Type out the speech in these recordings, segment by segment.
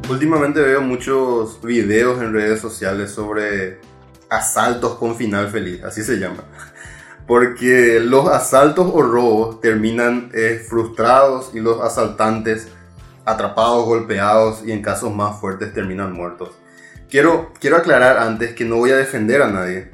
Últimamente veo muchos videos en redes sociales sobre asaltos con final feliz, así se llama. Porque los asaltos o robos terminan frustrados y los asaltantes atrapados, golpeados y en casos más fuertes terminan muertos. Quiero aclarar antes que no voy a defender a nadie.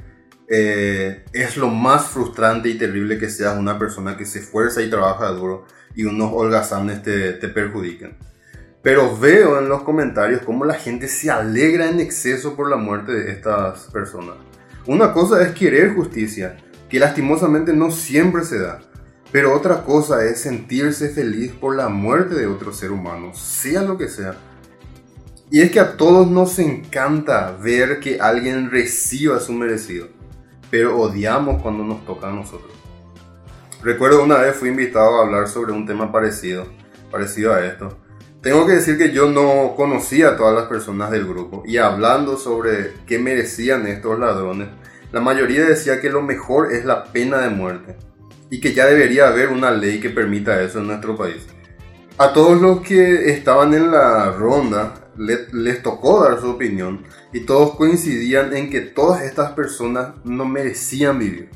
Es lo más frustrante y terrible que seas una persona que se esfuerza y trabaja duro y unos holgazanes te perjudiquen. Pero veo en los comentarios cómo la gente se alegra en exceso por la muerte de estas personas. Una cosa es querer justicia, que lastimosamente no siempre se da. Pero otra cosa es sentirse feliz por la muerte de otro ser humano, sea lo que sea. Y es que a todos nos encanta ver que alguien reciba su merecido, pero odiamos cuando nos toca a nosotros. Recuerdo una vez fui invitado a hablar sobre un tema parecido a esto. Tengo que decir que yo no conocía a todas las personas del grupo y hablando sobre qué merecían estos ladrones, la mayoría decía que lo mejor es la pena de muerte y que ya debería haber una ley que permita eso en nuestro país. A todos los que estaban en la ronda les tocó dar su opinión y todos coincidían en que todas estas personas no merecían vivir.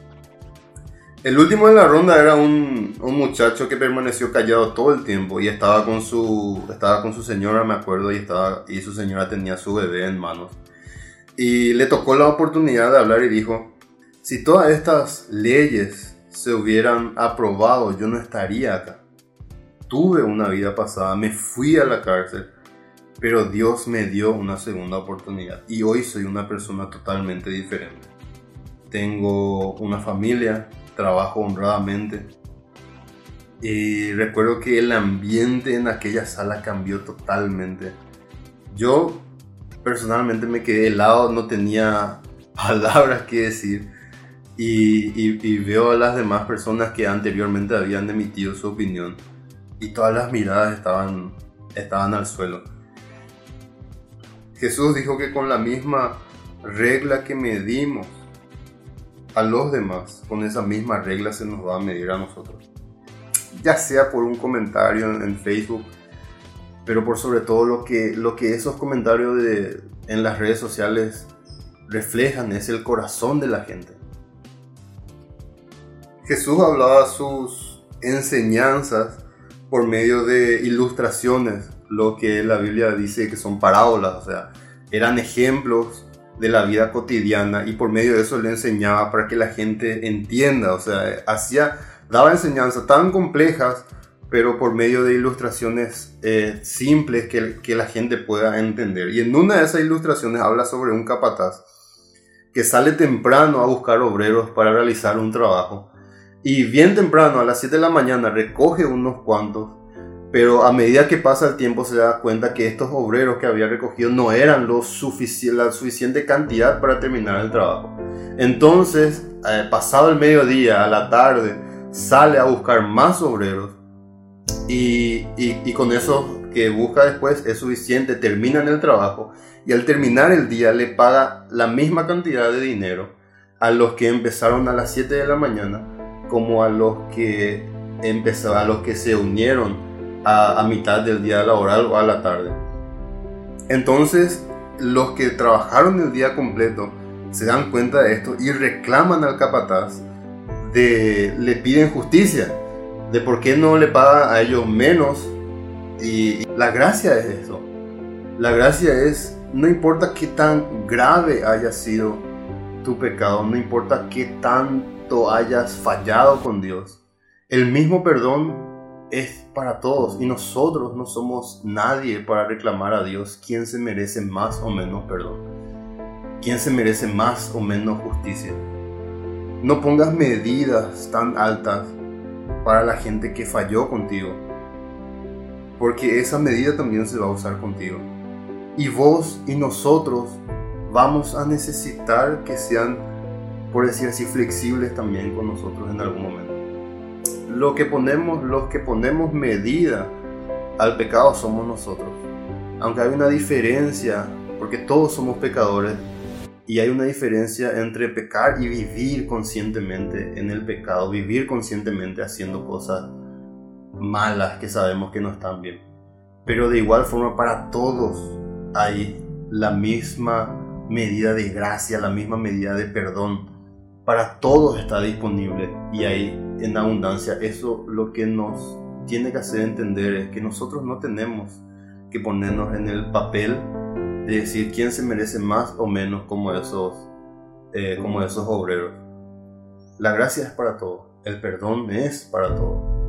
El último de la ronda era un muchacho que permaneció callado todo el tiempo y estaba con su señora, me acuerdo, y su señora tenía su bebé en manos. Y le tocó la oportunidad de hablar y dijo: si todas estas leyes se hubieran aprobado, yo no estaría acá. Tuve una vida pasada, me fui a la cárcel, pero Dios me dio una segunda oportunidad y hoy soy una persona totalmente diferente. Tengo una familia, trabajo honradamente y recuerdo que el ambiente en aquella sala cambió totalmente. Yo personalmente me quedé helado, no tenía palabras que decir y veo a las demás personas que anteriormente habían emitido su opinión y todas las miradas estaban al suelo. Jesús dijo que con la misma regla que medimos a los demás, con esa misma regla se nos va a medir a nosotros. Ya sea por un comentario en Facebook, pero por sobre todo lo que esos comentarios en las redes sociales reflejan es el corazón de la gente. Jesús hablaba sus enseñanzas por medio de ilustraciones, lo que la Biblia dice que son parábolas, o sea, eran ejemplos de la vida cotidiana y por medio de eso le enseñaba para que la gente entienda, o sea, daba enseñanzas tan complejas, pero por medio de ilustraciones simples que la gente pueda entender. Y en una de esas ilustraciones habla sobre un capataz que sale temprano a buscar obreros para realizar un trabajo. Y bien temprano, a las 7 de la mañana, recoge unos cuantos, pero a medida que pasa el tiempo se da cuenta que estos obreros que había recogido no eran la suficiente cantidad para terminar el trabajo. Entonces, pasado el mediodía, a la tarde, sale a buscar más obreros y con eso que busca después es suficiente, terminan el trabajo y al terminar el día le paga la misma cantidad de dinero a los que empezaron a las 7 de la mañana como a los que se unieron a mitad del día laboral o a la tarde. Entonces los que trabajaron el día completo se dan cuenta de esto y reclaman al capataz, le piden justicia de por qué no le pagan a ellos menos. Y la gracia es eso, la gracia es, no importa qué tan grave haya sido tu pecado, no importa qué tanto hayas fallado con Dios, el mismo perdón es para todos y nosotros no somos nadie para reclamar a Dios quién se merece más o menos perdón, quién se merece más o menos justicia. No pongas medidas tan altas para la gente que falló contigo, porque esa medida también se va a usar contigo y vos y nosotros vamos a necesitar que sean, por decir así, flexibles también con nosotros en algún momento. Los que ponemos medida al pecado somos nosotros. Aunque hay una diferencia, porque todos somos pecadores, y hay una diferencia entre pecar y vivir conscientemente en el pecado, vivir conscientemente haciendo cosas malas que sabemos que no están bien. pero de igual forma para todos hay la misma medida de gracia, la misma medida de perdón. Para todos está disponible y hay en abundancia. Eso lo que nos tiene que hacer entender es que nosotros no tenemos que ponernos en el papel de decir quién se merece más o menos como esos obreros. La gracia es para todos, el perdón es para todos.